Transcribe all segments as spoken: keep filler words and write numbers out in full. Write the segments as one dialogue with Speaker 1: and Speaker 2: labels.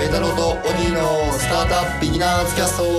Speaker 1: ペータローとオギーのスタートアップビギナーズキャスト。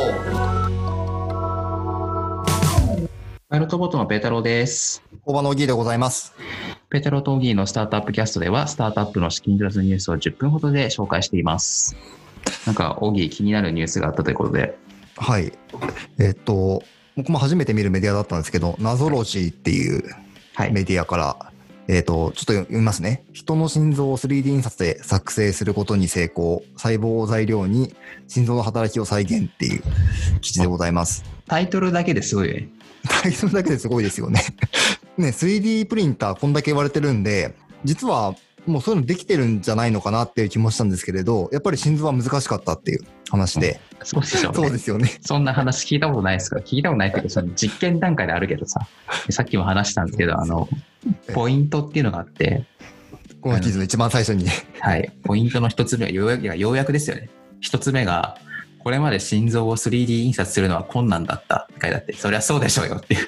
Speaker 2: パイロットボットのペータローです。
Speaker 1: 工場のオギーでございます。
Speaker 2: ペータローとオギーのスタートアップキャストでは、スタートアップの資金調達ニュースをじゅっぷんほどで紹介しています。なんかオギー気になるニュースがあったということで。
Speaker 1: はい。えっと僕も初めて見るメディアだったんですけど、ナゾロジーっていうメディアから、はい、えっとちょっと読みますね。人の心臓を スリーディー 印刷で作成することに成功。細胞を材料に心臓の働きを再現っていう記事でございます。
Speaker 2: タイトルだけですごいね。
Speaker 1: タイトルだけですごいですよね。ね、スリーディー プリンターこんだけ言われてるんで、実はもうそういうのできてるんじゃないのかなっていう気もしたんですけれど、やっぱり心臓は難しかったっていう話で。
Speaker 2: うん、そうでしょうね。
Speaker 1: そうですよね。
Speaker 2: そんな話聞いたことないですから、聞いたことないけど、その実験段階であるけどさ、さっきも話したんですけど、あの、ポイントっていうのがあって、
Speaker 1: この記事の一番最初に。
Speaker 2: はい。ポイントの一つ目はようやく、ようやくですよね。一つ目が、これまで心臓を スリーディー 印刷するのは困難だったって書いてあって、そりゃそうでしょうよっていう。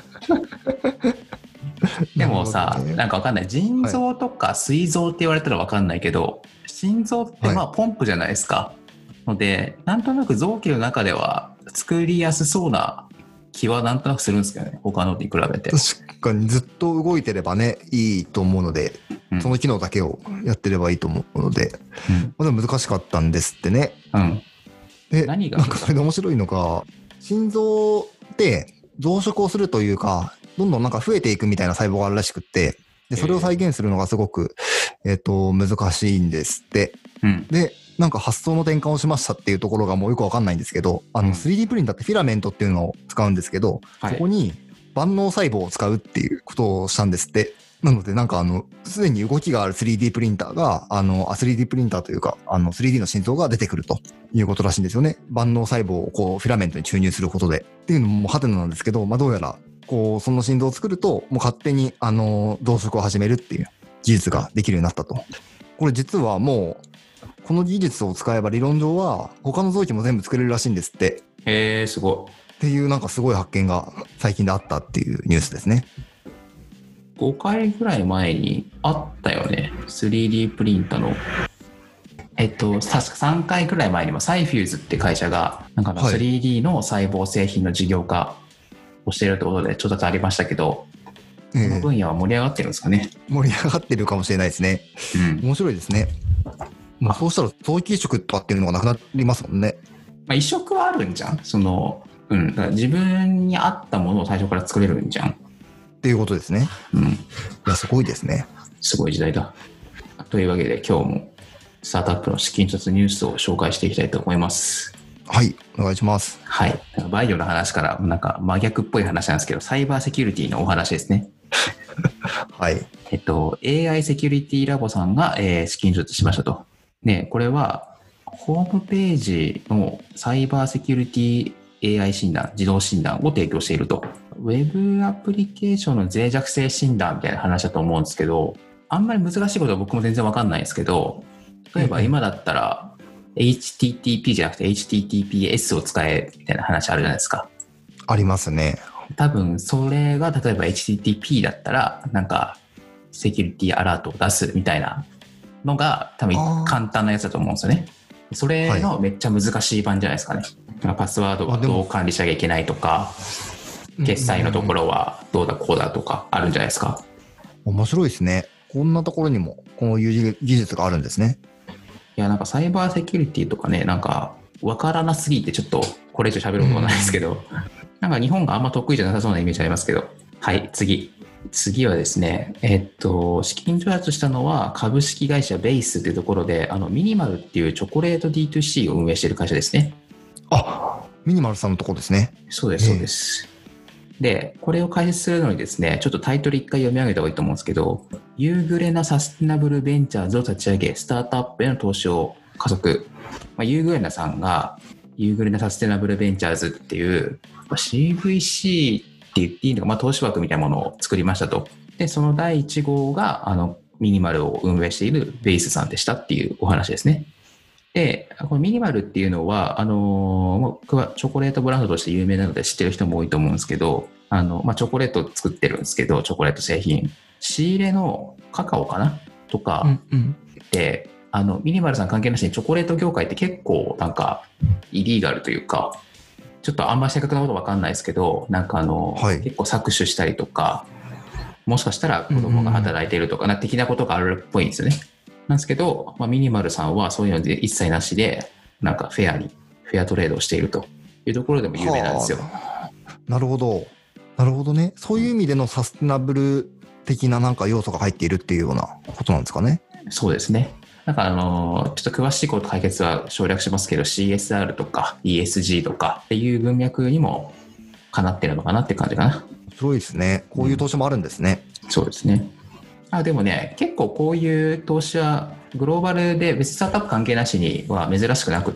Speaker 2: でもさ、な, ね、なんかわかんない。腎臓とか膵臓って言われたらわかんないけど、はい、心臓ってまあポンプじゃないですか。はい、ので、なんとなく臓器の中では作りやすそうな気はなんとなくするんですけどね。他のに比べて。
Speaker 1: 確かにずっと動いてればね、いいと思うので、うん、その機能だけをやってればいいと思うので、うん、まあ、でも難しかったんですってね。
Speaker 2: うん。
Speaker 1: で、
Speaker 2: 何が
Speaker 1: なんかそれで面白いのが、心臓って増殖をするというか、どんどんなんか増えていくみたいな細胞があるらしくって、で、それを再現するのがすごく、えっと、難しいんですって。うん、で、なんか発想の転換をしましたっていうところがもうよくわかんないんですけど、あの スリーディー プリンターってフィラメントっていうのを使うんですけど、はい、そこに万能細胞を使うっていうことをしたんですって。なのでなんかあの、すでに動きがある スリーディー プリンターが、あの、スリーディー プリンターというか、あの スリーディー の心臓が出てくるということらしいんですよね。万能細胞をこうフィラメントに注入することで。っていうのもハテナなんですけど、まあどうやら、こう、その心臓を作ると、もう勝手に、あの、増殖を始めるっていう技術ができるようになったと。これ実はもう、この技術を使えば理論上は、他の臓器も全部作れるらしいんですって。
Speaker 2: へー、すごい。
Speaker 1: っていうなんかすごい発見が最近であったっていうニュースですね。
Speaker 2: ごかいぐらい前にあったよね。スリーディー プリンターの。えっと、確かさんかいぐらい前にもサイフューズって会社が、なんか スリーディー の細胞製品の事業化をしているということで調達ありましたけど、この分野は盛り上がってるんですかね。
Speaker 1: えー、盛り上がってるかもしれないですね。うん、面白いですね。もうそうしたら早期移植とかっていうのがなくなりますもんね。
Speaker 2: まあ、移植はあるんじゃん。その、うん、だから自分に合ったものを最初から作れるんじゃん。
Speaker 1: っていうことですね。うん。いや、すごいですね。
Speaker 2: すごい時代だ。というわけで今日もスタートアップの資金調達ニュースを紹介していきたいと思います。
Speaker 1: はい、お願いします。
Speaker 2: はい。バイオの話からなんか真逆っぽい話なんですけど、サイバーセキュリティのお話ですね。
Speaker 1: はい。
Speaker 2: えっと、エーアイ セキュリティラボさんが、えー、資金調達しましたと。ね、これはホームページのサイバーセキュリティ エーアイ 診断、自動診断を提供していると。ウェブアプリケーションの脆弱性診断みたいな話だと思うんですけど、あんまり難しいことは僕も全然わかんないですけど、例えば今だったら エイチティーティーピー じゃなくて エイチティーティーピーエス を使えみたいな話あるじゃないですか。
Speaker 1: ありますね。
Speaker 2: 多分それが例えば エイチティーティーピー だったらなんかセキュリティアラートを出すみたいなのが多分簡単なやつだと思うんですよね。それのめっちゃ難しい版じゃないですかね。はい、パスワードをどう管理しなきゃいけないとか、決済のところはどうだこうだとかあるんじゃないですか。
Speaker 1: 面白いですね。こんなところにもこういう技術があるんですね。
Speaker 2: いや、なんかサイバーセキュリティとかね、なんかわからなすぎてちょっとこれ以上喋ることないですけど、なんか日本があんま得意じゃなさそうなイメージありますけど。はい、次。次はですね、えっと、資金調達したのは株式会社ベイスというところで、あの、ミニマルっていうチョコレート ディーツーシー を運営している会社ですね。
Speaker 1: あ、ミニマルさんのところですね。
Speaker 2: そうです、そうです。で、これを解説するのにですね、ちょっとタイトル一回読み上げた方がいいと思うんですけど、夕暮れなサステナブルベンチャーズを立ち上げ、スタートアップへの投資を加速。まあ、夕暮れなさんが、夕暮れなサステナブルベンチャーズっていう、シーブイシー って言っていいのか、まあ、投資枠みたいなものを作りましたと。で、そのだいいち号が、あの、ミニマルを運営しているベイスさんでしたっていうお話ですね。で、このミニマルっていうのは、あのー、チョコレートブランドとして有名なので知ってる人も多いと思うんですけど、あの、まあ、チョコレートを作ってるんですけど、チョコレート製品。仕入れのカカオかなとかで、 あの、ミニマルさん関係なしにチョコレート業界って結構なんか、イリーガルというか、ちょっとあんまり正確なことわかんないですけど、なんかあの、
Speaker 1: はい
Speaker 2: 結構搾取したりとか、もしかしたら子供が働いているとか、な的なことがあるっぽいんですよね。なんですけど、まあ、ミニマルさんはそういうので一切なしで、なんかフェアに、フェアトレードをしているというところでも有名なんですよ。
Speaker 1: なるほど。なるほどね。そういう意味でのサステナブル的ななんか要素が入っているっていうようなことなんですかね。
Speaker 2: そうですね。なんかあの、ちょっと詳しいこと解決は省略しますけど、シーエスアール とか イーエスジー とかっていう文脈にもかなってるのかなって感じかな。
Speaker 1: 面白いですね。こういう投資もあるんですね。
Speaker 2: うん、そうですね。あ、でもね、結構こういう投資はグローバルで別にスタートアップ関係なしには珍しくなくって、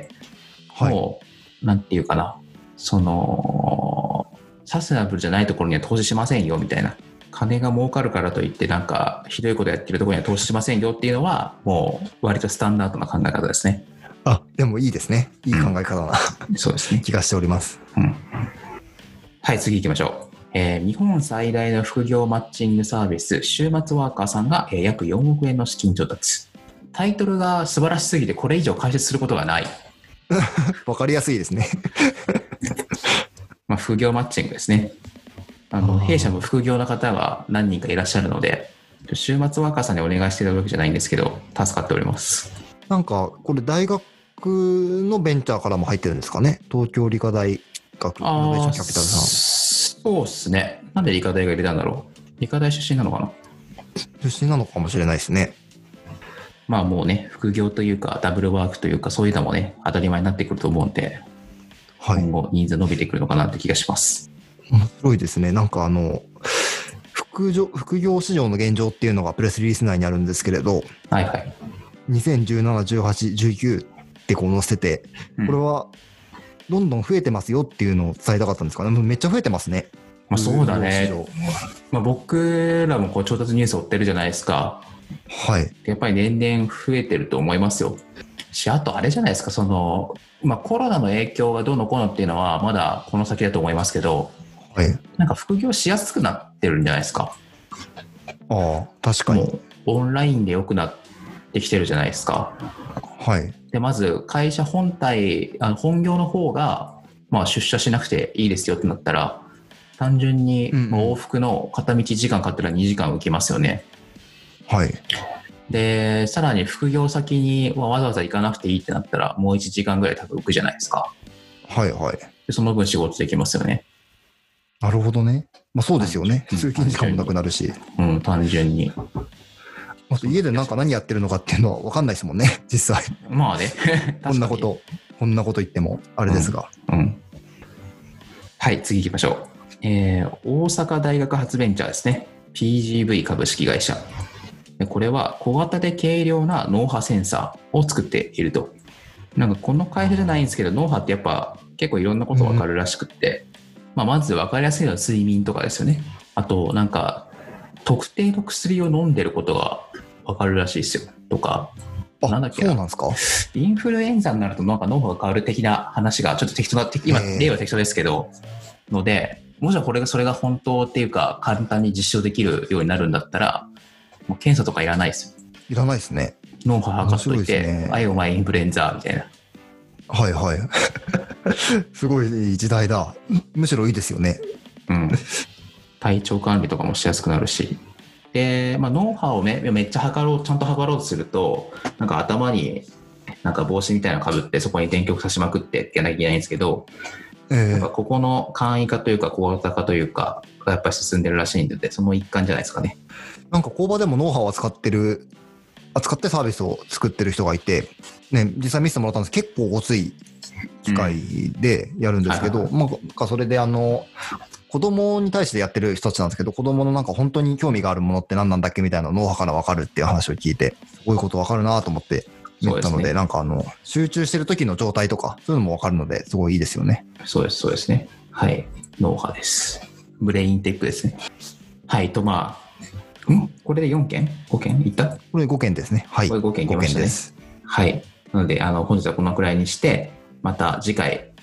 Speaker 2: はい、もう、なんていうかな、その、サステナブルじゃないところには投資しませんよみたいな。金が儲かるからといってなんかひどいことやってるところには投資しませんよっていうのはもう割とスタンダードな考え方ですね。
Speaker 1: あ、でもいいですね。いい考え方だな、
Speaker 2: うん、そうですね。
Speaker 1: 気がしております。
Speaker 2: うん、はい、次行きましょう。えー、日本最大の副業マッチングサービス、週末ワーカーさんが、えー、約よんおくえんの資金調達。タイトルが素晴らしすぎてこれ以上解説することがない。
Speaker 1: わかりやすいですね。
Speaker 2: まあ、副業マッチングですね。あの弊社も副業の方が何人かいらっしゃるので、週末ワーカーさんにお願いしているわけじゃないんですけど、助かっております。
Speaker 1: なんかこれ大学のベンチャーからも入ってるんですかね。東京理科大学イノベーションキャピタルさん。
Speaker 2: そうですね。なんで理科大が入れたんだろう。理科大出身なのかな。
Speaker 1: 出身なのかもしれないですね。
Speaker 2: まあもうね、副業というかダブルワークというかそういうのもね、当たり前になってくると思うんで、はい、今後ニーズ伸びてくるのかなって気がします。
Speaker 1: 面白いですね。なんかあの副業、副業市場の現状っていうのがプレスリリース内にあるんですけれど、
Speaker 2: はいはい、
Speaker 1: にせんじゅうなな、じゅうはち、じゅうきゅうってこう載せてて、これはどんどん増えてますよっていうのを伝えたかったんですかね。めっちゃ増えてますね。
Speaker 2: まあ、そうだね。まあ、僕らもこう調達ニュース追ってるじゃないですか。
Speaker 1: はい。
Speaker 2: やっぱり年々増えてると思いますよ。し、あとあれじゃないですか、その、まあ、コロナの影響がどうのこうのっていうのはまだこの先だと思いますけど、
Speaker 1: はい、
Speaker 2: なんか副業しやすくなってるんじゃないですか。
Speaker 1: ああ、確かに。
Speaker 2: もうオンラインで良くなってきてるじゃないですか。
Speaker 1: はい。
Speaker 2: で、まず会社本体、あの本業の方が、まあ、出社しなくていいですよってなったら、単純に往復の片道時間かかったらにじかん浮きますよね。
Speaker 1: はい。
Speaker 2: で、さらに副業先にわざわざ行かなくていいってなったら、もういちじかんぐらい多分浮くじゃないですか。
Speaker 1: はいはい。
Speaker 2: でその分仕事できますよね。
Speaker 1: なるほどね。まあそうですよね。通勤時間もなくなるし。
Speaker 2: うん、単純に。
Speaker 1: あと家でなんか何やってるのかっていうのは分かんないですもんね、実際。
Speaker 2: まあね。
Speaker 1: こんなこと、こんなこと言ってもあれですが。
Speaker 2: うん。うん、はい、次行きましょう。えー、大阪大学発ベンチャーですね。ピージーブイ 株式会社。これは小型で軽量な脳波センサーを作っていると。なんかこの会社じゃないんですけど、脳波ってやっぱ結構いろんなこと分かるらしくって、うんまあ、まず分かりやすいのは睡眠とかですよね。あとなんか特定の薬を飲んでることが分かるらしいですよとか。
Speaker 1: なんだっけな、そうなんですか。
Speaker 2: インフルエンザになるとなんか脳波が変わる的な話がちょっと適当な、今例は適当ですけど、ので、もしこれがそれが本当っていうか簡単に実証できるようになるんだったら、もう検査とかいらないですよ。
Speaker 1: いらないですね。
Speaker 2: 脳波測っといて、ね、あいお前インフルエンザみたいな。
Speaker 1: はいはい。すごい時代だ。むしろいいですよね。
Speaker 2: うん。体調管理とかもしやすくなるし。で、まあ、脳波をめめっちゃ測ろう、ちゃんと測ろうとすると、なんか頭になんか帽子みたいなのかぶってそこに電極刺しまくってやらなきゃいけないんですけど、えー、なんかここの簡易化というか小型化というかがやっぱり進んでるらしいので、その一環じゃないですかね。
Speaker 1: なんか工場でも脳波を扱ってる扱ってサービスを作ってる人がいて、ね、実際見せてもらったんです。結構ごつい機械でやるんですけど、うんはいはいはい、まあ、それであの子供に対してやってる人たちなんですけど、子供のなんか本当に興味があるものって何なんだっけみたいな脳波から分かるっていう話を聞いて、すごいこと分かるなと思って見たの で, で、ね、なんかあの集中してる時の状態とかそういうのも分かるので、すごいいいですよね。
Speaker 2: そうですそうですね。はい、脳波です。ブレインテックですね。はいとまあんこれでよんけん ?ご 件いった？
Speaker 1: これごけんですね。はい。
Speaker 2: これごけんいきましたね。です。はい。なので、あの、本日はこのくらいにして、また次回、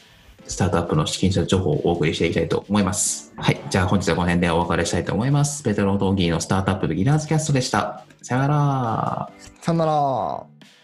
Speaker 2: スタートアップの資金調達情報をお送りしていきたいと思います。はい。じゃあ本日はこの辺でお別れしたいと思います。ペトロ・トーギーのスタートアップビギナーズキャストでした。さよなら。
Speaker 1: さよなら。